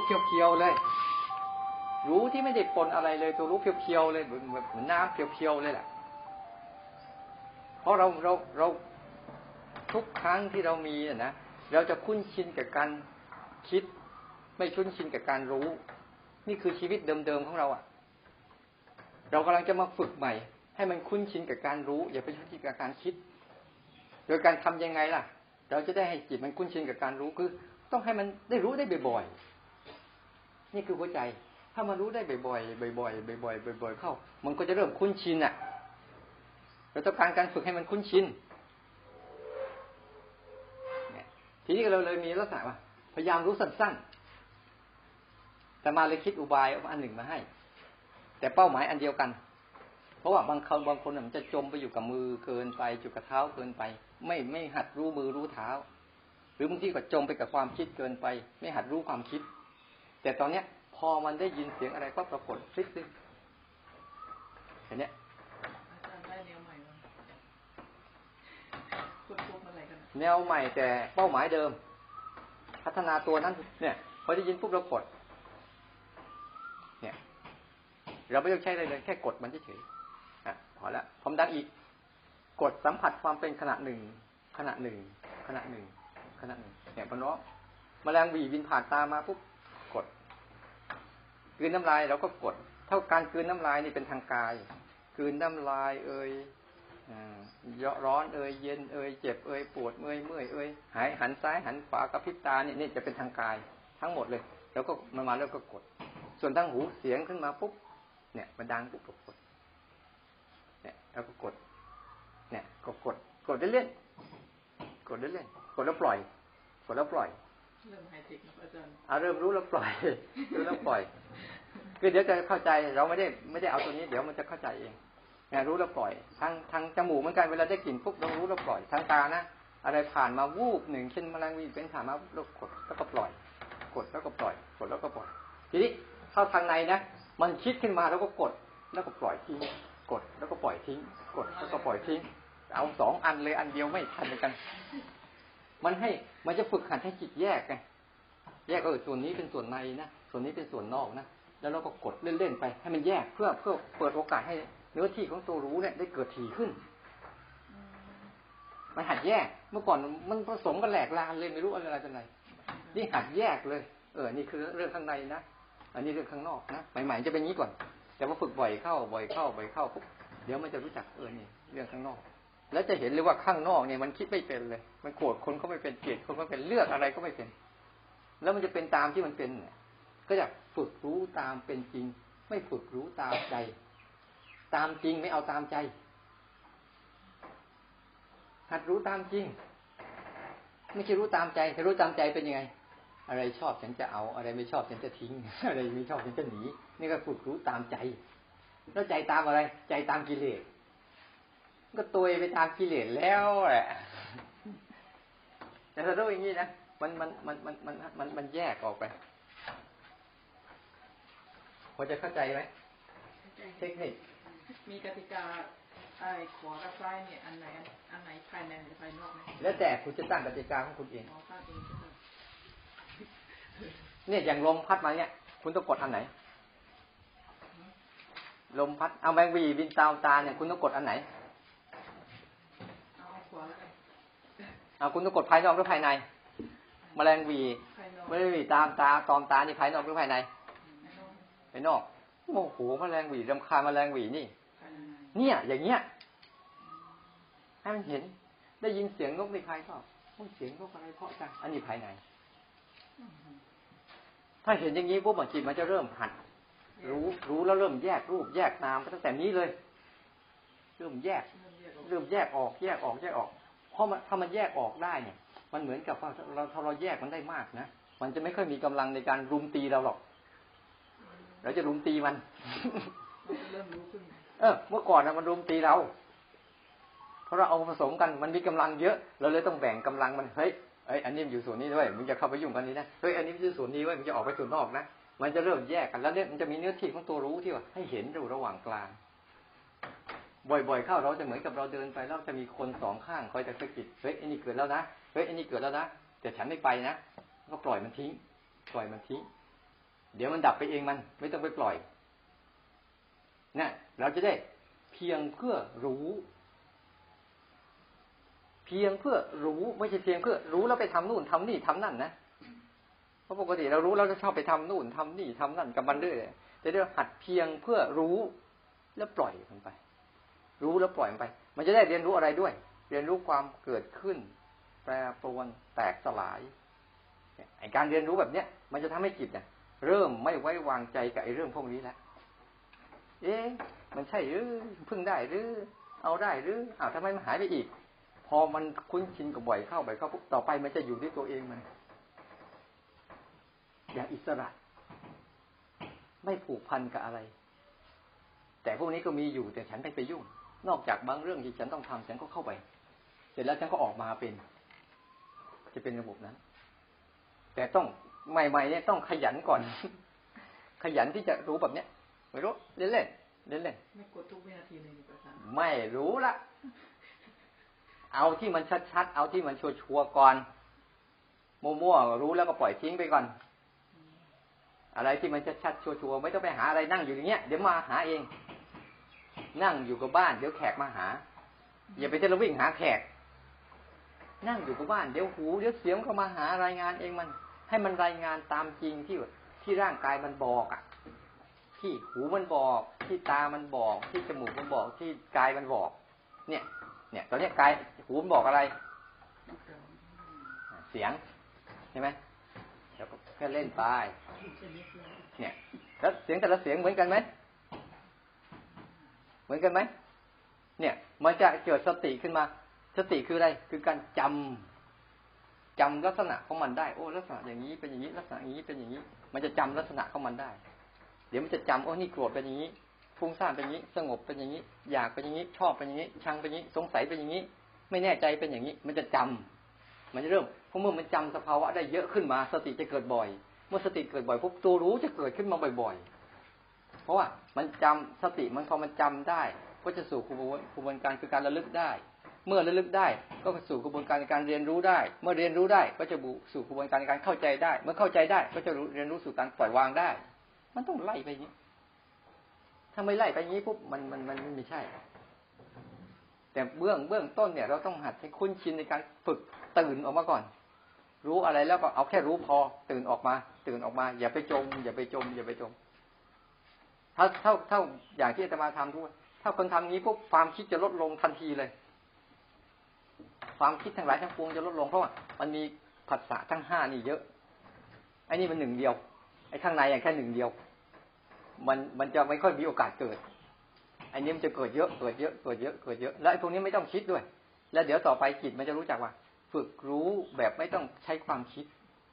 เพียวๆเลยรู้ที่ไม่ได้ปนอะไรเลยตัวรู้เพียวๆเลยเหมือนน้ำเพียวๆเลยแหละเพราะเราทุกครั้งที่เรามีนะเราจะคุ้นชินกับการคิดไม่คุ้นชินกับการรู้นี่คือชีวิตเดิมๆของเราอ่ะเรากำลังจะมาฝึกใหม่ให้มันคุ้นชินกับการรู้อย่าไปคุ้นชินกับการคิดโดยการทำยังไงล่ะเราจะได้ให้จิตมันคุ้นชินกับการรู้คือต้องให้มันได้รู้ได้บ่อยๆนี่คือหัวใจถ้ามันรู้ได้บ่อยๆบ่อยๆบ่อยๆบ่อยๆเข้ามันก็จะเริ่มคุ้นชินอ่ะเราต้องการฝึกให้มันคุ้นชินทีนี้เราเลยมีลักษณะว่าพยายามรู้สั้นๆแต่มาเลยคิดอุบายอันหนึ่งมาให้แต่เป้าหมายอันเดียวกันเพราะว่าบางคนมันจะจมไปอยู่กับมือเกินไปอยู่กับเท้าเกินไปไม่หัดรู้มือรู้เท้าหรือบางทีก็จมไปกับความคิดเกินไปไม่หัดรู้ความคิดแต่ตอนเนี้ยพอมันได้ยินเสียงอะไรก็ปรากฏพลิกเลยเห็นเนี้ยแนวใหม่แต่เป้าหมายเดิมพัฒนาตัวนั้นเนี่ยพอได้ยินปุ๊บเรากดเนี่ยเราไม่ต้องใช้อะไรเลยแค่กดมันเฉยๆพอละพร้อมดังอีกกดสัมผัสความเป็นขณะหนึ่งขณะหนึ่งขณะหนึ่งขณะหนึ่งเนี่ยพอเนาะแมลงวีบินผ่านตามาปุ๊บกดกลืนน้ำลายเราก็กดเท่าการกลืนน้ำลายนี่เป็นทางกายกลืนน้ำลายร้อนเย็นเจ็บปวดเมื่อยหันซ้ายหันขวากระพริบตานี่จะเป็นทางกายทั้งหมดเลยแล้วก็มาแล้วก็กดส่วนทางหูเสียงขึ้นมาปุ๊บเนี่ยมันดังปุ๊บกดเนี่ยแล้วก็กดเนี่ยก็กดเล่นๆกดเล่นๆกดแล้วปล่อยกดแล้วปล่อยเริ่มไฮเทคนะอาจารย์เริ่มรู้แล้วปล่อยรู้แล้วปล่อยคือเดี๋ยวจะเข้าใจเราไม่ได้เอาตัวนี้เดี๋ยวมันจะเข้าใจเองรู้แล้วปล่อยทางจมูกเหมือนกันเวลาได้กลิ่นปุ๊บเรารู้แล้วปล่อยทางตานะอะไรผ่านมาวูบหนึ่งเช่นแมลงวีเป็นผ่านมาเรากดแล้วก็ปล่อยกดแล้วก็ปล่อยกดแล้วก็ปล่อยทีนี้เข้าทางในนะมันคิดขึ้นมาแล้วก็กดแล้วก็ปล่อยทิ้งกดแล้วก็ปล่อยทิ้งกดแล้วก็ปล่อยทิ้งเอา2 อันเลยอันเดียวไม่ทันกันมันจะฝึกหัดให้จิตแยกไงแยกส่วนนี้เป็นส่วนในนะส่วนนี้เป็นส่วนนอกนะแล้วเราก็กดเล่นๆไปให้มันแยกเพื่อเปิดโอกาสให้เนื้อที่ของตัวรู้เนี่ยได้เกิดถี่ขึ้นมันหัดแยกเมื่อก่อนมันผสมกันแหลกลานเลยไม่รู้อะไรจะไหนนี่หัดแยกเลยนี่คือเรื่องข้างในนะอันนี้เรื่องข้างนอกนะใหม่ๆจะเป็นงี้ก่อนแต่ว่าฝึกบ่อยเข้าปุ๊บเดี๋ยวมันจะรู้จักนี่เรื่องข้างนอกแล้วจะเห็นเลยว่าข้างนอกเนี่ยมันคิดไม่เป็นเลยมันโกรธคนก็ไม่เป็นเกลียดคนก็เป็นเลือกอะไรก็ไม่เป็นแล้วมันจะเป็นตามที่มันเป็นเนี่ยก็จะฝึกรู้ตามเป็นจริงไม่ฝึกรู้ตามใจตามจริงไม่เอาตามใจหัดรู้ตามจริงไม่ใช่รู้ตามใจถ้ารู้ตามใจเป็นยังไงอะไรชอบฉันจะเอาอะไรไม่ชอบฉันจะทิ้งอะไรไม่ชอบฉันจะหนีนี่ก็ฝึกรู้ตามใจแล้วใจตามอะไรใจตามกิเลสก็ตัวไปตามกิเลสแล้วแหละแต่ถ้ารู้อย่างนี้นะมันแยกออกไปพอจะเข้าใจไหมเทคนิคมีกติกาขวากับซ้ายเนี่ยอันไหนภายในหรือภายนอกไหมแล้วแต่คุณจะตั้งกติกาของคุณเองเนี่ยอย่างลมพัดมาเนี่ยคุณต้องกดอันไหนลมพัดเอาแมงวีบินตาเนี่ยคุณต้องกดอันไหนคุณต้องกดภายนอกหรือภายในแมลงวีไม่ได้วีตามตาตอมตานี่ภายนอกหรือภายในภายนอกโอ้โหแมลงวีรำคาญแมลงวีนี่เนี่ยอย่างเงี้ยให้มันเห็นได้ยินเสียงนกในภายนอกเสียงนกอะไรเพราะจังอันนี้ภายในถ้าเห็นอย่างนี้ปุ๊บจิตมันจะเริ่มหัดรู้แล้วเริ่มแยกรูปแยกนามตั้งแต่นี้เลยเริ่มแยกออกเพราะถ้ามันแยกออกได้เนี่ยมันเหมือนกับถ้าเราแยกมันได้มากนะมันจะไม่ค่อยมีกำลังในการรุมตีเราหรอกเราจะรุมตีมันเริ่มรู้ขึ้นเมื่อก่อนมันรุมตีเราเพราะเราเอาผสมกันมันมีกำลังเยอะเราเลยต้องแบ่งกำลังมันเฮ้ยอันนี้อยู่ส่วนนี้ด้วยมึงจะเข้าไปยุ่งกันนี้นะเฮ้ยอันนี้อยู่ส่วนนี้ด้วยมึงจะออกไปส่วนนอกนะมันจะเริ่มแยกกันแล้วเนี่ยมันจะมีเนื้อที่ของตัวรู้ที่ว่าให้เห็นอยู่ระหว่างกลางบ่อยๆเข้าเราจะเหมือนกับเราเดินไปแล้วจะมีคน2 ข้างคอยจะสะกิดเฮ้ยอันนี้เกิดแล้วนะเฮ้ยอันนี้เกิดแล้วนะแต่ฉันไม่ไปนะก็ปล่อยมันทิ้งเดี๋ยวมันดับไปเองมันไม่ต้องไปปล่อยนะเราจะได้เพียงเพื่อรู้เพียงเพื่อรู้ไม่ใช่เพียงเพื่อรู้แล้วไปทำนู่นทำนี่ทำนั่นนะเพราะปกติเรารู้เราจะชอบไปทำนู่นทำนี่ทำนั่นกับมันเรื่อยแต่เดี๋ยวหัดเพียงเพื่อรู้แล้วปล่อยมันไปรู้แล้วปล่อยมันไปมันจะได้เรียนรู้อะไรด้วยเรียนรู้ความเกิดขึ้นแปรปรวนแตกสลายไอ้การเรียนรู้แบบเนี้ยมันจะทำให้จิตเนี่ยเริ่มไม่ไว้วางใจกับไอ้เรื่องพวกนี้แล้วมันใช่หรือพึ่งได้หรือเอาได้หรือทำไมมันหายไปอีกพอมันคุ้นชินกับบ่อยเข้าปุ๊บต่อไปมันจะอยู่ที่ตัวเองมันอย่างอิสระไม่ผูกพันกับอะไรแต่พวกนี้ก็มีอยู่แต่ฉันไม่ไปยุ่งนอกจากบางเรื่องที่ฉันต้องทำฉันก็เข้าไปเสร็จแล้วฉันก็ออกมาเป็นจะเป็นระบบนั้นแต่ต้องใหม่ๆเนี่ยต้องขยันก่อน ขยันที่จะรู้แบบเนี้ยไม่รู้เล่นไม่กดทุกวินาทีเลยไม่รู้ละเอาที่มันชัดๆเอาที่มันชัวร์ๆก่อนมั่วๆรู้แล้วก็ปล่อยทิ้งไปก่อนอะไรที่มันชัดๆชัวร์ๆไม่ต้องไปหาอะไรนั่งอยู่อย่างเงี้ยเดี๋ยวมาหาเองนั่งอยู่กับบ้านเดี๋ยวแขกมาหาอย่าไปเที่ยววิ่งหาแขกนั่งอยู่กับบ้านเดี๋ยวหูเดี๋ยวเสียงเข้ามาหารายงานเองมันให้มันรายงานตามจริงที่ร่างกายมันบอกอ่ะที่หูมันบอกที่ตามันบอกที่จมูกมันบอกที่กายมันบอกเนี่ยตอนนี้กายหูมันบอกอะไรเสียงใช่ไหมเดี๋ยวก็แค่เล่นไปเนี่ยแล้วเสียงแต่ละเสียงเหมือนกันไหมเหมือนกันไหมเนี่ยมันจะเกิดสติขึ้นมาสติคืออะไรคือการจำลักษณะของมันได้โอ้ลักษณะอย่างนี้เป็นอย่างนี้ลักษณะอย่างนี้เป็นอย่างนี้มันจะจำลักษณะของมันได้เดี๋ยวมันจะจำโอ้นี่โกรธเป็นอย่างนี้ฟุ้งซ่านเป็นอย่างนี้สงบเป็นอย่างนี้อยากเป็นอย่างนี้ชอบเป็นอย่างนี้ชังเป็นอย่างนี้สงสัยเป็นอย่างนี้ไม่แน่ใจเป็นอย่างนี้มันจะจำมันจะเริ่มเพราะเมื่อมันจำสภาวะได้เยอะขึ้นมาสติจะเกิดบ่อยเมื่อสติเกิดบ่อยปุ๊บตัวรู้จะเกิดขึ้นมาบ่อยๆเพราะว่ามันจำสติมันพอมันจำได้ก็จะสู่กระบวนการคือการระลึกได้เมื่อระลึกได้ก็สู่กระบวนการในการเรียนรู้ได้เมื่อเรียนรู้ได้ก็จะสู่กระบวนการในการเข้าใจได้เมื่อเข้าใจได้ก็จะเรียนรู้สู่การปล่อยวางได้มันต้องไล่ไปอย่างนี้ถ้าไม่ไล่ไปอย่างนี้ปุ๊บมันไม่ใช่แต่เบื้องต้นเนี่ยเราต้องหัดให้คุ้นชินในการฝึกตื่นออกมาก่อนรู้อะไรแล้วก็เอาแค่รู้พอตื่นออกมาอย่าไปจมถ้าอย่างที่อาตมาทำด้วยถ้าคนทำงี้ปุ๊บความคิดจะลดลงทันทีเลยความคิดทั้งหลายทั้งปวงจะลดลงเพราะว่ามันมีผัสสะทั้ง5นี่เยอะไอ้นี่มัน1เดียวไอ้ข้างในอย่างแค่1เดียวมันจะไม่ค่อยมีโอกาสเกิดไอ้นี้มันจะเกิดเยอะแล้วไอ้พวกนี้ไม่ต้องคิดด้วยแล้วเดี๋ยวต่อไปจิตมันจะรู้จักว่าฝึกรู้แบบไม่ต้องใช้ความคิด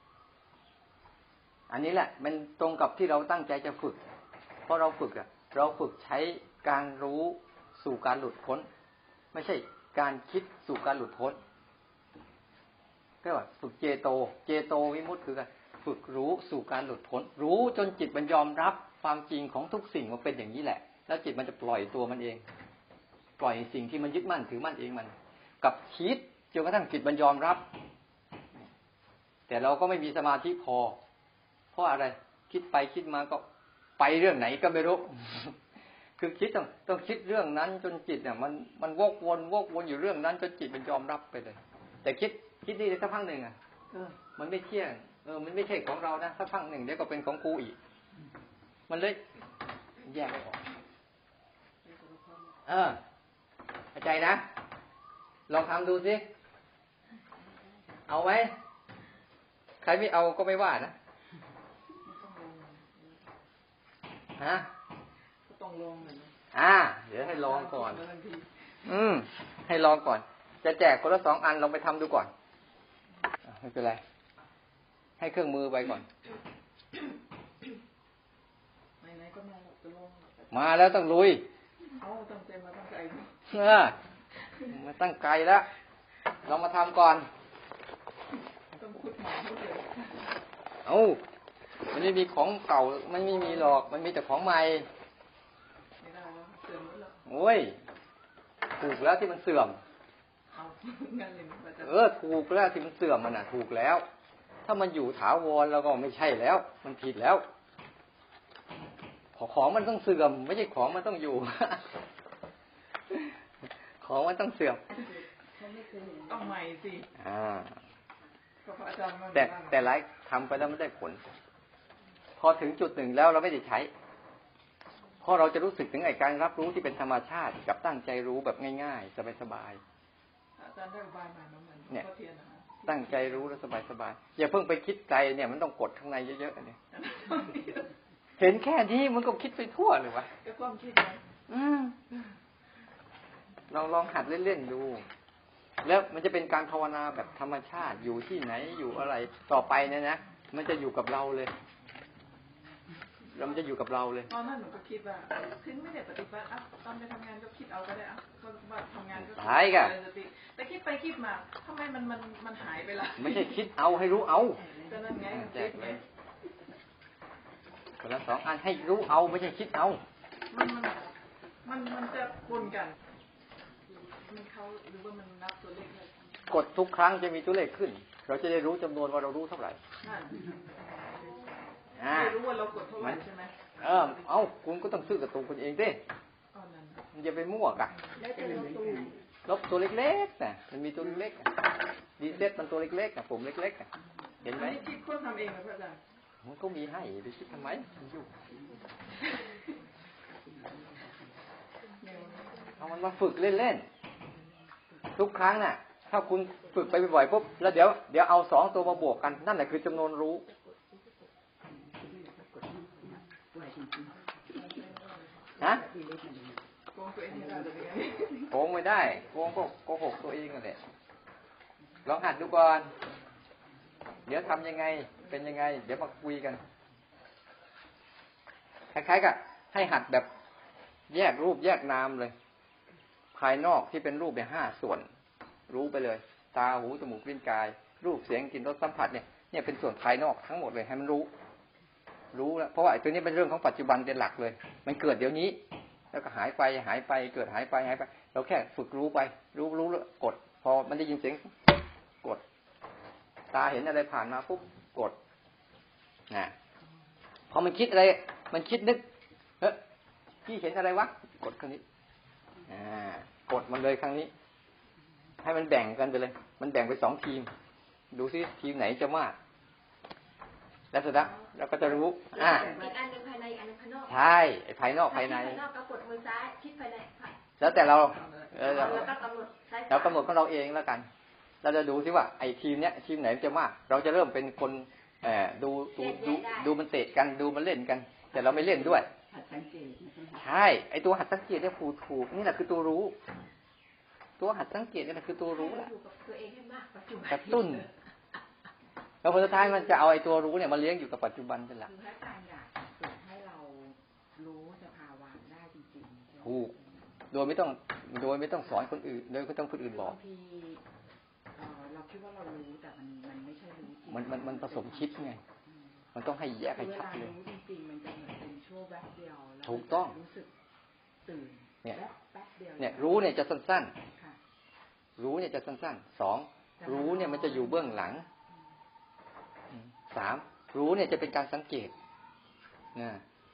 อันนี้แหละมันตรงกับที่เราตั้งใจจะฝึกเพราะเราฝึกใช้การรู้สู่การหลุดพ้นไม่ใช่การคิดสู่การหลุดพ้นก็ว่าฝึกเจโตวิมุตติคือการฝึกรู้สู่การหลุดพ้นรู้จนจิตมันยอมรับความจริงของทุกสิ่งว่าเป็นอย่างนี้แหละแล้วจิตมันจะปล่อยตัวมันเองปล่อยสิ่งที่มันยึดมั่นถือมั่นเองมันกับคิดจนกระทั่งจิตมันยอมรับแต่เราก็ไม่มีสมาธิพอเพราะอะไรคิดไปคิดมาก็ไปเรื่องไหนก็ไม่รู้คือคิดต้องคิดเรื่องนั้นจนจิตเนี่ยมันวกวนอยู่เรื่องนั้นจนจิตมันยอมรับไปเลยแต่คิดนี่สักพักหนึ่งมันไม่เที่ยงมันไม่ใช่ของเรานะสักพักหนึ่งเดี๋ยวก็เป็นของกูอีกมันเลยแยกไม่ออกเข้าใจนะลองทำดูสิเอาไหมใครไม่เอาก็ไม่ว่านะฮะต้องลองหน่อยเดี๋ยวให้ลองก่อนให้ลองก่อนจะแจกคนละ2 อันลองไปทำดูก่อนไม่เป็นไรให้เครื่องมือไปก่อนไหนๆก็มาแล้วต้องลุยตั้งใจมาตั้งใจมาตั้งไกลแล้วลองมาทำก่อนต้องขุดหมาเขาเลยมันไม่มีของเก่ามันไม่มีหรอกมันมีแต่ของใหม่ไม่ได้แล้วเสื่อมแล้วโอ้ยถูกแล้วที่มันเสื่อมงั้นเลยถูกแล้วที่มันเสื่อมมันถูกแล้วถ้ามันอยู่ถาวรแล้วก็ไม่ใช่แล้วมันผิดแล้วของมันต้องเสื่อมไม่ใช่ของมันต้องอยู่ ของมันต้องเสื่อมต้องใหม่สิแต่หลายทำไปแล้วไม่ได้ผลพอถึงจุดหนึ่งแล้วเราไม่ได้ใช้เพราะเราจะรู้สึกถึงไอ้การรับรู้ที่เป็นธรรมชาติกับตั้งใจรู้แบบง่ายๆสบายๆเนี่ยตั้งใจรู้แล้วสบายๆอย่าเพิ่งไปคิดไกลเนี่ยมันต้องกดข้างในเยอะๆเนี่ยเห็นแค่นี้มันก็คิดไปทั่วเลยวะก็ความคิดลองหัดเล่นๆดูแล้วมันจะเป็นการภาวนาแบบธรรมชาติอยู่ที่ไหนอยู่อะไรต่อไปเนี่ยนะมันจะอยู่กับเราเลยมันจะอยู่กับเราเลยตอนนั้นหนูก็คิดว่าถึงไม่ได้ปฏิบัติตอนไปทำงานก็คิดเอาก็ได้ก็ว่าทำงานก็หายกันแต่คิดไปคิดมาทำไมมันหายไปละไม่ใช่คิดเอาให้รู้เอาก็นั่นไงแจกเลยคนละสองอันให้รู้เอาไม่ใช่คิดเอามันจะปนกันมันเขาหรือว่ามันนับตัวเลขเลยกดทุกครั้งจะมีตัวเลขขึ้นเราจะได้รู้จำนวนว่าเรารู้เท่าไหร่ไม่รู้ว่าเรากดเท่าไหร่ใช่ไหมคุณก็ต้องซื้อกับตัวคุณเองดิมันจะไปมั่วกันลบตัวเล็กๆนะมันมีตัวเล็กดีเซ็ตมันตัวเล็กๆนะผมเล็กๆเห็นไหมคิดคนทำเองนะพระอาจารย์มันก็มีให้ไปคิดทำไมมันอยู่เอามันมาฝึกเล่นๆทุกครั้งน่ะถ้าคุณฝึกไปบ่อยๆปุ๊บแล้วเดี๋ยวเอา2ตัวมาบวกกันนั่นแหละคือจำนวนรู้ฮะโกงไม่ได้โกงก็โกหกตัวเองนั่นแหละลองหัดดูก่อนเดี๋ยวทำยังไงเป็นยังไงเดี๋ยวมาคุยกันคล้ายๆกับให้หัดแบบแยกรูปแยกนามเลยภายนอกที่เป็นรูปเนี่ย5ส่วนรู้ไปเลยตาหูจมูกลิ้นกายรูปเสียงกลิ่นรสสัมผัสเนี่ยเป็นส่วนภายนอกทั้งหมดเลยให้มันรู้แล้วเพราะว่าไอ้ตัวนี้เป็นเรื่องของปัจจุบันเป็นหลักเลยมันเกิดเดี๋ยวนี้แล้วก็หายไปเกิดหายไปเราแค่ฝึกรู้ไปรู้แล้วกดพอมันได้ยินเสียงกดตาเห็นอะไรผ่านมาปุ๊บกดนะพอมันคิดอะไรมันคิดนึกพี่เห็นอะไรวะกดครั้งนี้กดมันเลยครั้งนี้ให้มันแบ่งกันไปเลยมันแบ่งไป2ทีมดูซิทีมไหนจะมากแล้วสุดท้ายเราก็จะรู้อีกอันนึงภายในอันนึงภายนอกใช่ภายนอกภายในภายนอกก็กดมือซ้ายคิดภายในแล้วแต่เราก็กำหนดซ้ายเรากำหนดของเราเองแล้วกันเราจะดูซิว่าไอ้ทีมเนี้ยทีมไหนจะมากเราจะเริ่มเป็นคนดูมันเตะกันดูมันเล่นกันแต่เราไม่เล่นด้วยใช่ไอ้ตัวหัดสังเกตเนี่ยถูกนี่แหละคือตัวรู้ตัวหัดสังเกตนี่แหละคือตัวรู้แหละกระตุ้นแล้วผลสุดท้ายมันจะเอาไอ้ตัวรู้เนี่ยมาเลี้ยงอยู่กับปัจจุบันเป็นหลักคือให้การอยากฝึกให้เรารู้สภาวะได้จริงๆถูกโดยไม่ต้องสอนคนอื่นโดยไม่ต้องคนอื่นบอกเราคิดว่าเรารู้แต่มันไม่ใช่รู้จริงมันผสมคิดไงมันต้องให้แยกให้ชัดเลยรู้จริงๆมันจะเหมือนเป็นชั่วแวบเดียวแล้วถูกต้องรู้สึกตื่นเนี่ยรู้เนี่ยจะสั้นๆรู้เนี่ยจะสั้นๆ2รู้เนี่ยมันจะอยู่เบื้องหลัง3รู้เนี่ยจะเป็นการสังเกตนะ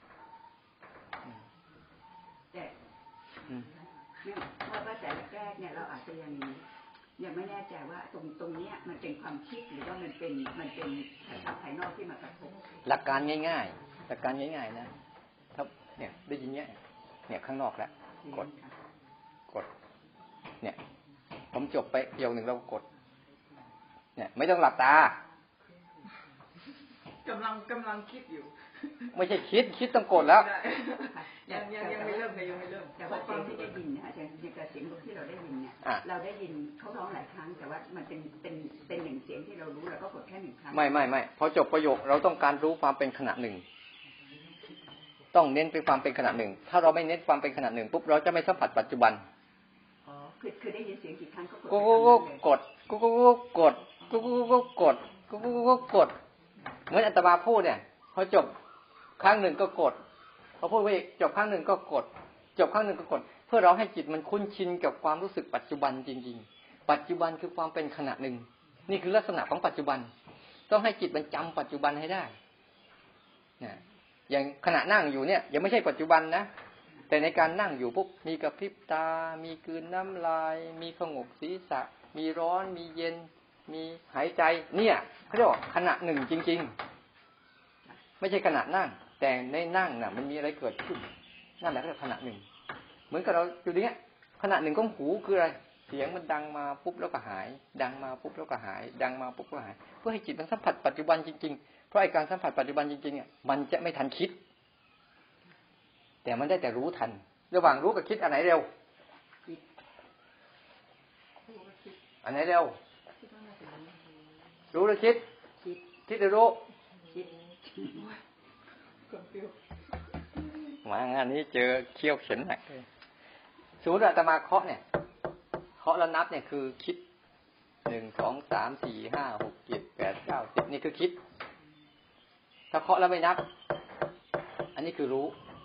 แต่แรกเนี่ยเราอาจจะยังไม่แน่ใจว่าตรงนี้มันเป็นความคิดหรือว่ามันเป็นภายนอกที่มากระทบหลักการง่ายๆนะถ้าเนี่ยได้ยินเนี่ยข้างนอกแล้วกดเนี่ยผมจบไปเกี่ยวหนึ่งเรากดเนี่ยไม่ต้องหลับตากำลังคิดอยู่ไม่ใช่คิดต้องกดแล้วยังไม่เริ่มเลยยังไม่เริ่มแต่ว่าเสียงที่ได้ยินนะอาจารย์เสียงที่เราได้ยินเนี่ยเราได้ยินเขาร้องหลายครั้งแต่ว่ามันเป็นหนึ่งเสียงที่เรารู้แล้วก็กดแค่1ครั้งไม่พอจบประโยคเราต้องการรู้ความเป็นขณะหนึ่งต้องเน้นไปความเป็นขณะหนึ่งถ้าเราไม่เน้นความเป็นขณะหนึ่งปุ๊บเราจะไม่สัมผัสปัจจุบันคือได้ยินเสียงกี่ครั้งก็กดกดเหมือนอาตมาพูดเนี่ยพอจบครั้งหนึ่งก็กดพอพูดไปอีกจบครั้งหนึ่งก็กดจบครั้งหนึ่งก็กดเพื่อเราให้จิตมันคุ้นชินกับความรู้สึกปัจจุบันจริงๆปัจจุบันคือความเป็นขณะหนึ่งนี่คือลักษณะของปัจจุบันต้องให้จิตมันจำปัจจุบันให้ได้นะอย่างขณะนั่งอยู่เนี่ยยังไม่ใช่ปัจจุบันนะแต่ในการนั่งอยู่ปุ๊บมีกระพริบตามีกลืนน้ำลายมีผงกศีรษะมีร้อนมีเย็นมีหายใจเนี่ยเขาเรียกว่าขณะหนึ่งจริงๆไม่ใช่ขณะนั่งแต่ในนั่งน่ะมันมีอะไรเกิดขึ้นนั่นแหละก็คือขณะหนึ่งเหมือนกับเราอยู่เนี้ยขณะหนึ่งของหูคืออะไรเสียงมันดังมาปุ๊บแล้วก็หายดังมาปุ๊บแล้วก็หายดังมาปุ๊บก็หายเพื่อให้จิตมันสัมผัสปัจจุบันจริงๆเพราะไอ้การสัมผัสปัจจุบันจริงๆเนี่ยมันจะไม่ทันคิดแต่มันได้แต่รู้ทันระหว่างรู้กับคิดอันไหนเร็วอันไหนเร็วรู้หรือคิดคิดหรือรู้มางานนี้เจอเขี้ยวเข็นหนักเลยสมมติอาตมาเคาะเนี่ยเคาะแล้วนับเนี่ยคือคิด1 2 3 4 5 6 7 8 9 10นี่คือคิดถ้าเคาะแล้วไม่นับอันนี้คือรู้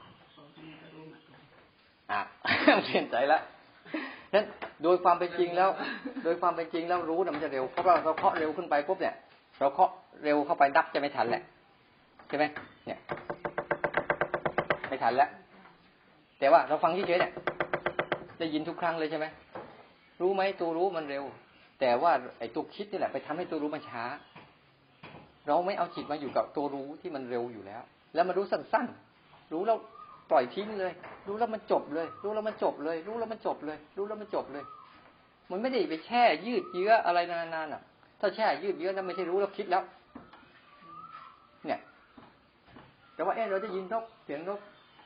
เปลี่ยนใจแล้วนั้นโดยความเป็นจริงแล้วรู้เนี่ยมันจะเร็วเพราะว่าเราเคาะเร็วขึ้นไปปุ๊บเนี่ยเราเคาะเร็วเข้าไปนับจะไม่ทันแหละใช่ไหมเนี่ยไม่ทันแล้วแต่ว่าเราฟังเฉยๆเนี่ยได้ยินทุกครั้งเลยใช่ไหมรู้ไหมตัวรู้มันเร็วแต่ว่าไอ้ตัวคิดนี่แหละไปทำให้ตัวรู้มันช้าเราไม่เอาจิตมาอยู่กับตัวรู้ที่มันเร็วอยู่แล้วแล้วมันรู้สั้นๆรู้แล้วปล่อยทิ้งเลยรู้แล้วมันจบเลยรู้แล้วมันจบเลยรู้แล้วมันจบเลยรู้แล้วมันจบเลยมันไม่ได้ไปแช่ยืดเยื้ออะไรนานๆอ่ะถ้าแช่ยืดเยื้อนั้นไม่ใช่รู้แล้วคิดแล้วเนี่ยแต่ว่าเราจะยินนกเสียงนก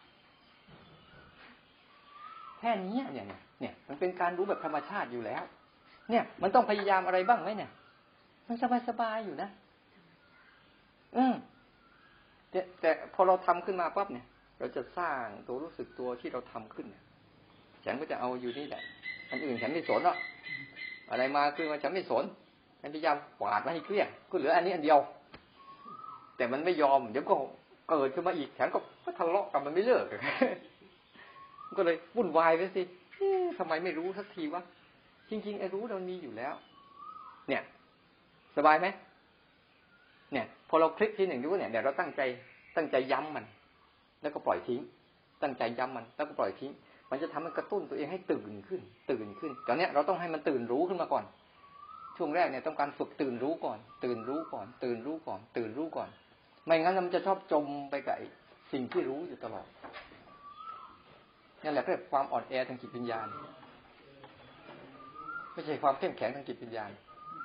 แค่นี้เนี่ยมันเป็นการรู้แบบธรรมชาติอยู่แล้วเนี่ยมันต้องพยายามอะไรบ้างไหมเนี่ยมันสบายๆอยู่นะแต่พอเราทำขึ้นมาปั๊บเนี่ยเราจะสร้างตัวรู้สึกตัวที่เราทำขึ้นเนี่ยฉันก็จะเอาอยู่นี่แหละอันอื่นฉันไม่สนหรอกอะไรมาคือว่าฉันไม่สนฉันพยายามกวาดมาให้เกลี้ยงก็เหลืออันนี้อันเดียวแต่มันไม่ยอมเดี๋ยวก็เกิดขึ้นมาอีกฉันก็ทะเลาะกันมันไม่เลิกก็เลยวุ่นวายไปสิทำไมไม่รู้สักทีวะจริงๆไอ้รู้เรามีอยู่แล้วเนี่ยสบายไหมเนี่ยพอเราคลิกทีหนึ่งดูเนี่ยเดี๋ยวเราตั้งใจย้ำมันแล้วก็ปล่อยทิ้งตั้งใจย้ำมันแล้วก็ปล่อยทิ้งมันจะทำให้กระตุ้นตัวเองให้ตื่นขึ้นตอนนี้เราต้องให้มันตื่นรู้ขึ้นมาก่อนช่วงแรกเนี่ยต้องการฝึกตื่นรู้ก่อนไม่งั้นมันจะชอบจมไปกับสิ่งที่รู้อยู่ตลอดนั่นแหละเรียกความอ่อนแอทางจิตวิญญาณไม่ใช่ความเข้มแข็งทางจิตวิญญาณ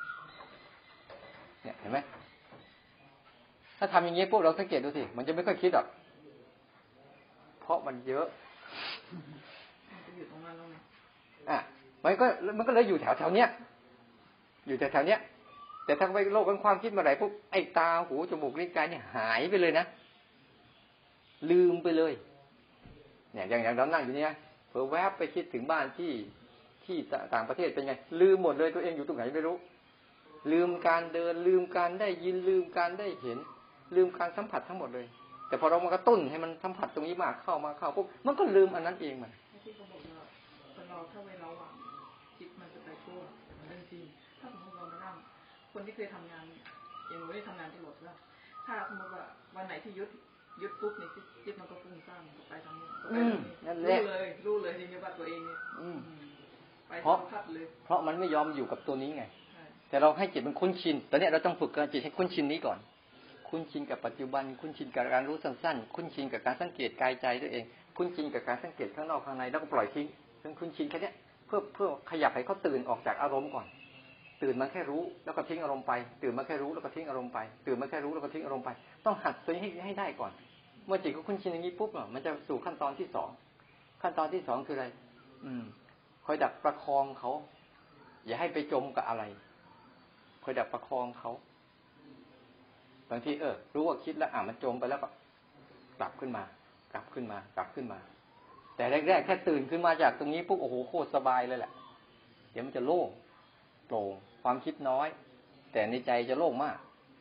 เนี่ยเห็นไหมถ้าทำอย่างนี้พวกเราสังเกตดูสิมันจะไม่ค่อยคิดหรอกเพราะมันเยอะอยู่ตรงนั้นแล้วไงมันก็เลยอยู่แถวเนี้ยอยู่แถวเนี้ยแต่ถ้าไปโลกของความคิดเมื่อไหร่ปุ๊บไอ้ตาหูจมูกลิ้นกายเนี่ยหายไปเลยนะลืมไปเลยเนี่ยอย่างเรานั่งอยู่เนี่ยเผลอแวบไปคิดถึงบ้านที่ต่างประเทศเป็นไงลืมหมดเลยตัวเองอยู่ตรงไหนไม่รู้ลืมการเดินลืมการได้ยินลืมการได้เห็นลืมการสัมผัสทั้งหมดเลยแต่พอเรามากระตุ้นให้มันสัมผัสตรงนี้มากเข้าปุ๊บมันก็ลืมอันนั้นเองมันที่เขาบอกว่าคนเราถ้าเวลาว่างจิตมันจะไปทั่วมันเป็นจริงถ้าสมมติเรามานั่งคนที่เคยทำงานอย่างไม่ได้ทำงานตลอดแล้วถ้าสมมติว่าวันไหนที่ยุดปุ๊บเนี่ยจิตมันก็ฟุ้งซ่านมันก็ไปทางนี้รู้เลยทีนี้ว่าตัวเองเนี่ยไปสัมผัสเลยเพราะมันไม่ยอมอยู่กับตัวนี้ไงแต่เราให้จิตมันคุ้นชินตอนนี้เราต้องฝึกจิตให้คุ้นชินนี้ก่อนคุ้นชินกับปัจจุบันคุ้นชินกับการรู้สั้นๆคุ้นชินกับการสังเกตกายใจตัวเองคุ้นชินกับการสังเกตข้างนอกข้างในแล้วก็ปล่อยทิ้งคุ้นชินแค่นี้เพื่อขยับให้เขาตื่นออกจากอารมณ์ก่อนตื่นมาแค่รู้แล้วก็ทิ้งอารมณ์ไปตื่นมาแค่รู้แล้วก็ทิ้งอารมณ์ไปตื่นมาแค่รู้แล้วก็ทิ้งอารมณ์ไปต้องหัดตัวนี้ให้ได้ก่อนเมื่อจิตเขาคุ้นชินอย่างนี้ปุ๊บมันจะสู่ขั้นตอนที่2ขั้นตอนที่2คืออะไรคอยดักประคองเขาอย่าให้ไปจมกับอะไรคอยดักประคองเขาบางทีรู้ว่าคิดแล้วมันจมไปแล้วก็กลับขึ้นมาแต่แรกๆแค่ตื่นขึ้นมาจากตรงนี้ปุ๊บโอ้โหโคตรสบายเลยแหละเดี๋ยวมันจะโล่งโปร่งความคิดน้อยแต่ในใจจะโล่งมาก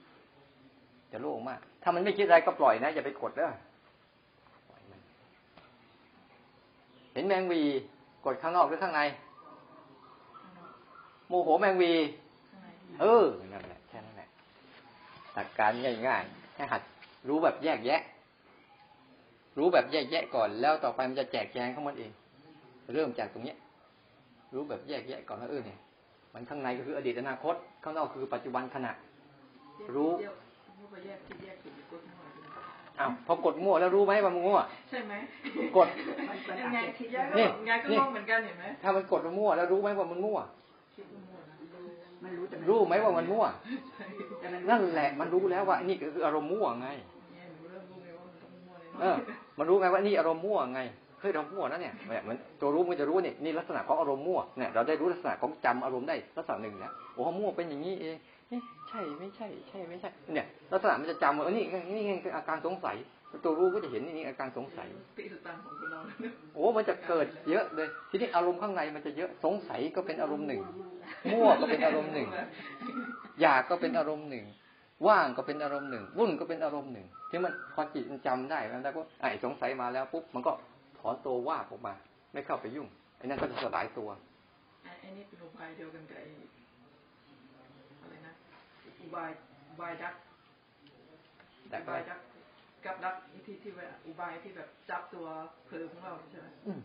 ถ้ามันไม่คิดอะไรก็ปล่อยนะอย่าไปกดเด้อเห็นแมงวีกดข้างนอกหรือข้างในโมโหแมงวีนั่นแหละแค่นั้นแหละหลักการง่ายๆแค่หัดรู้แบบแยกแยะรู้แบบแยกแยะก่อนแล้วต่อไปมันจะแจกแจงของมันเองเริ่มจากตรงเนี้ยรู้แบบแยกแยะก่อนว่าเนี่ยมันข้างในก็คืออดีตอนาคตข้างนอกคือปัจจุบันขณะรู้อ้าวพอกดมั่วแล้วรู้ไหมว่ามันมั่วใช่ไหมกดยังไงนี่งานก็มั่วเหมือนกันเห็นไหมถ้ามันกดมั่วแล้วรู้ไหมว่ามันมั่วมันรู้ไหมว่ามันมั่วนั่นแหละมันรู้แล้วว่านี่คืออารมณ์มั่วไงมันรู้ไงว่านี่อารมณ์มั่วไงเฮ้ยเรามั่วนะเนี่ยมันตัวรู้มันจะรู้นี่ลักษณะของอารมณ์มั่วเนี่ยเราได้รู้ลักษณะของจำอารมณ์ได้ลักษณะหนึ่งแล้วโอ้มั่วเป็นอย่างนี้เองใช่ไม่ใช่ใช่ไม่ใช่เนี่ยลักษณะมันจะจำว่านี่คืออาการสงสัยตัวรู้ก็จะเห็นนี่อาการสงสัยโอ้มันจะเกิดเยอะเลยทีนี้อารมณ์ข้างในมันจะเยอะสงสัยก็เป็นอารมณ์หนึ่งมั่วก็เป็นอารมณ์หนึ่งอยากก็เป็นอารมณ์หนึ่งว่างก็เป็นอารมณ์หนึ่งวุ่นก็เป็นอารมณ์หนึ่งที่มันพอจิตมันจำได้แล้วก็ไอ้สงสัยมาแล้วปุ๊บมันก็ถอนตัวว่าออกมาไม่เข้าไปยุ่งไอ้นั่นก็จะสลายตัวไอ้นี่เป็นอุบายเดียวกันกับอะไรนะอุบายดักกับดักที่แบบอุบายที่แบบจับตัวเพลิงของเราใช่ไหม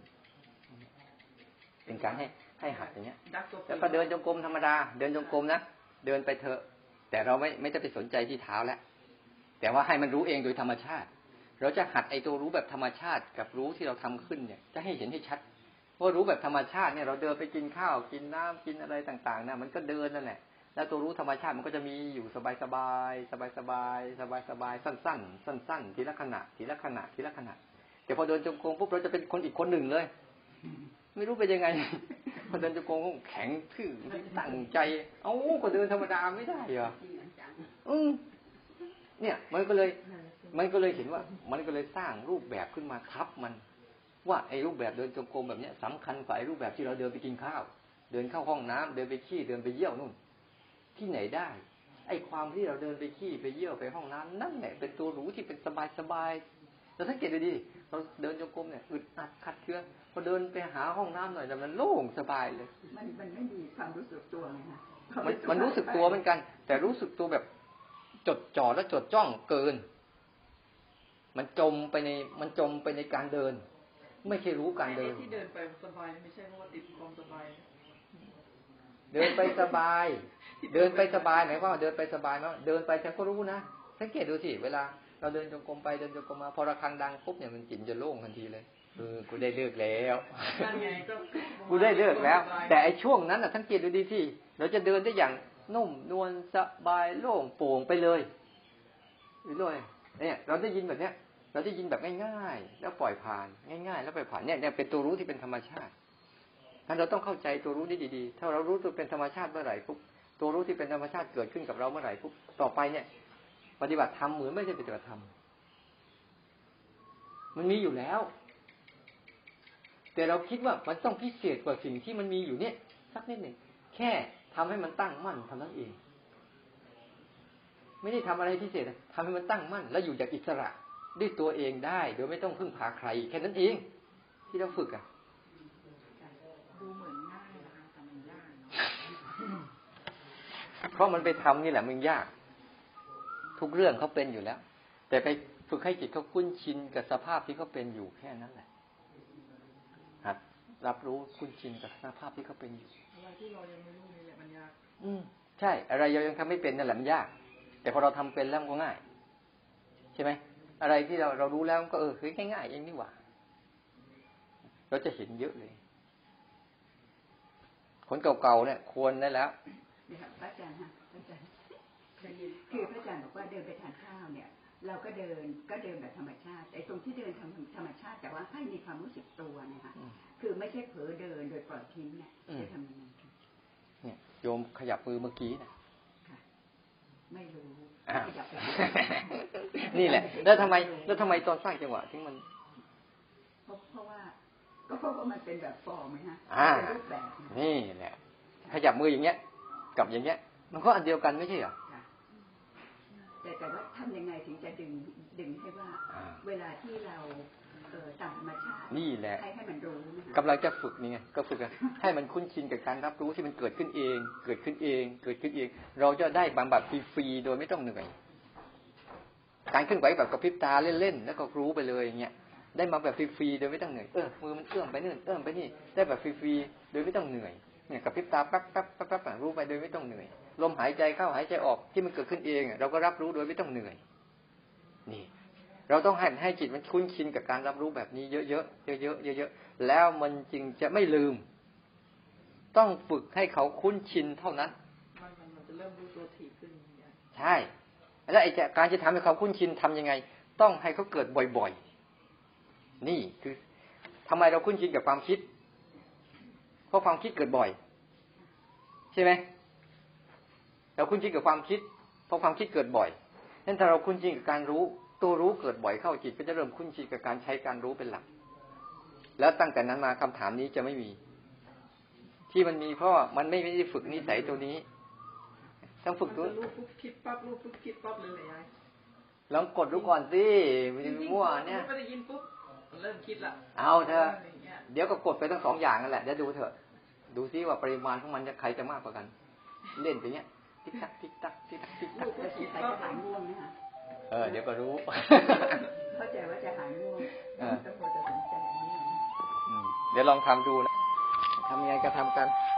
เป็นการให้หัดอย่างเงี้ยแล้วก็เดินจงกรมธรรมดาเดินจงกรมนะเดินไปเถอะแต่เราไม่จะไปสนใจที่เท้าแล้วแต่ว่าให้มันรู้เองโดยธรรมชาติเราจะหัดไอ้ตัวรู้แบบธรรมชาติกับรู้ที่เราทำขึ้นเนี่ยจะให้เห็นให้ชัดว่ารู้แบบธรรมชาติเนี่ยเราเดินไปกินข้าวกินน้ำกินอะไรต่างๆนะมันก็เดินนั่นแหละแล้วตัวรู้ธรรมชาติมันก็จะมีอยู่สบายสั้นทีละขณะแต่พอเดินจงกรมปุ๊บเราจะเป็นคนอีกคนหนึ่งเลยไม่รู้เป็นยังไงพอเดินจงกรมแข็งทื่อตั้งใจก็เดินธรรมดาไม่ได้เหรอเนี่ยมันก็เลยเห็นว่ามันก็เลยสร้างรูปแบบขึ้นมาทับมันว่าไอ้รูปแบบเดินจงกรมแบบนี้สำคัญกว่าไอ้รูปแบบที่เราเดินไปกินข้าวเดินเข้าห้องน้ำเดินไปขี้เดินไปเยี่ยวนู่นที่ไหนได้ไอ้ความที่เราเดินไปขี้ไปเยี่ยวไปห้องน้ำนั่นแหละเป็นตัวรู้ที่เป็นสบายเราสังเกตดูดิเราเดินจงกรมเนี่ยอึดอัดขัดเคืองพอเดินไปหาห้องน้ำหน่อยแต่มันโล่งสบายเลยมันไม่มีความรู้สึกตัวไงคะมันรู้สึกตัวเหมือนกันแต่รู้สึกตัวแบบจดจ่อและจดจ้องเกินมันจมไปในการเดินไม่ใช่รู้การเดินที่เดินไปสบายไม่ใช่เพราะว่าติดความสบายเดินไปสบายหมายความว่าเดินไปสบายมั้ยเดินไปฉันก็รู้นะสังเกตดูสิเวลาเราเดินจงกรมไปเดินจงกรมมาพอระฆังดังปุ๊บเนี่ยมันจิตจะโล่งทันทีเลยกูได้เลิกแล้วกูได้เลิกแล้วแต่ไอ้ช่วงนั้นน่ะสังเกตดูดีสิเราจะเดินได้อย่างนุ่มนวลสบายโล่งโปร่งไปเลยเนี่ยเราได้ยินแบบเนี้ยเราได้ยินแบบง่ายๆแล้วปล่อยผ่านง่ายๆแล้วปล่อยผ่านเนี่ยเป็นตัวรู้ที่เป็นธรรมชาติถ้าเราต้องเข้าใจตัวรู้นี้ดีๆถ้าเรารู้ตัวเป็นธรรมชาติเมื่อไหร่ปุ๊บตัวรู้ที่เป็นธรรมชาติเกิดขึ้นกับเราเมื่อไหร่ปุ๊บต่อไปเนี่ยปฏิบัติธรรมเหมือนไม่ใช่ปฏิบัติธรรมมันมีอยู่แล้วแต่เราคิดว่ามันต้องพิเศษกว่าสิ่งที่มันมีอยู่เนี่ยสักนิดหนึ่งแค่ทำให้มันตั้งมั่นเท่านั้นเองไม่ได้ทำอะไรพิเศษทำให้มันตั้งมั่นแล้วอยู่อย่างอิสระด้วยตัวเองได้โดยไม่ต้องพึ่งพาใครแค่นั้นเองที่เราฝึกดูเหมือนง่ายนะคะแต่มันยากเพราะมันไปทำนี่แหละมันยากทุกเรื่องเขาเป็นอยู่แล้วแต่ไปฝึกให้จิตเขาคุ้นชินกับสภาพที่เขาเป็นอยู่แค่นั้นแหละหัดรับรู้คุ้นชินกับสภาพที่เขาเป็นอยู่อะไรที่เรายังไม่รู้นี่แหละมันยากใช่อะไรเรายังทำไม่เป็นนั่นแหละมันยากแต่พอเราทำเป็นแล้วมันก็ง่ายใช่ไหมอะไรที่เรารู้แล้วก็คือง่ายๆเองนี่หว่าเราจะเห็นเยอะเลยคนเก่าๆเนี่ยควรได้แล้วพระอาจารย์ค่ะพระอาจารย์คือพระอาจารย์บอกว่าเดินไปทานข้าวเนี่ยเราก็เดินแบบธรรมชาติไอ้ตรงที่เดินทำธรรมชาติแต่ว่าให้มีความรู้สึกตัวนะคะคือไม่ใช่เผลอเดินโดยปล่อยทิ้งเนี่ยจะทำยังไงเนี่ยโยมขยับมือเมื่อกี้นะไม่รู้นี่แหละแล้วทำไมตอนสร้างจังหวะถึงมันเพราะว่ามันเป็นแบบฟอร์มไหมฮะเป็นรูปแบบนี่แหละขยับมืออย่างเงี้ยกับอย่างเงี้ยมันก็อันเดียวกันไม่ใช่เหรอแต่ว่าทำยังไงถึงจะดึงให้ว่าเวลาที่เราตามธรรมชาตินี่แหละให้มันรู้กำลังจะฝึกนี่ไงก็ฝึกให้มันคุ้นชินกับการรับรู้ที่มันเกิดขึ้นเองเราจะได้บำบัดฟรีๆโดยไม่ต้องเหนื่อยการเคลื่อนไหวแบบกระพริบตาเล่นๆแล้วก็รู้ไปเลยอย่างเงี้ยได้มาแบบฟรีๆโดยไม่ต้องเหนื่อยมือมันเอื้อมไปนู่นเอื้อมไปนี่ได้แบบฟรีๆโดยไม่ต้องเหนื่อยเนี่ยกับพริบตาแป๊บแป๊บแป๊บแป๊บรู้ไปโดยไม่ต้องเหนื่อยลมหายใจเข้าหายใจออกที่มันเกิดขึ้นเองเราก็รับรู้โดยไม่ต้องเหนื่อยนี่เราต้องให้จิตมันคุ้นชินกับการรับรู้แบบนี้เยอะๆเยอะๆเยอะๆแล้วมันจึงจะไม่ลืมต้องฝึกให้เขาคุ้นชินเท่านั้นมันจะเริ่มรู้ตัวถี่ขึ้นใช่แล้วการจะทำให้เขาคุ้นชินทำยังไงต้องให้เขาเกิดบ่อยๆนี่คือทำไมเราคุ้นชินกับความคิดเพราะความคิดเกิดบ่อยใช่ไหมเราคุ้นชินกับความคิดเพราะความคิดเกิดบ่อยนั้นถ้าเราคุ้นชินกับการรู้ตัวรู้เกิดบ่อยเข้าจิตก็จะเริ่มคุ้นชินกับการใช้การรู้เป็นหลักแล้วตั้งแต่นั้นมาคำถามนี้จะไม่มีที่มันมีเพราะมันไม่ได้ฝึกนิสัยตัวนี้ต้องฝึกตัวรู้ปุ๊บคิดปั๊บรู้ปุ๊บคิดปั๊บเลยยายลองกดดูก่อนสิมันจะมั่วเนี่ยไม่ได้ยินปุ๊บเริ่มคิดละเอาเถอะเดี๋ยวก็กดไปทั้ง2อย่างนั่นแหละเดี๋ยวดูเถอะดูซิว่าปริมาณของมันใครจะมากกว่ากันเล่นไปเนี้ยติ๊กตักติ๊กตักติ๊กตักติ๊กตักแล้วคิดก็หายง่วงนะคะเดี๋ยวก็รู้เข้าใจว่าจะหายง่วงต้องควรจะสนใจนี่เดี๋ยวลองทำดูนะทำยังไงก็ทำกัน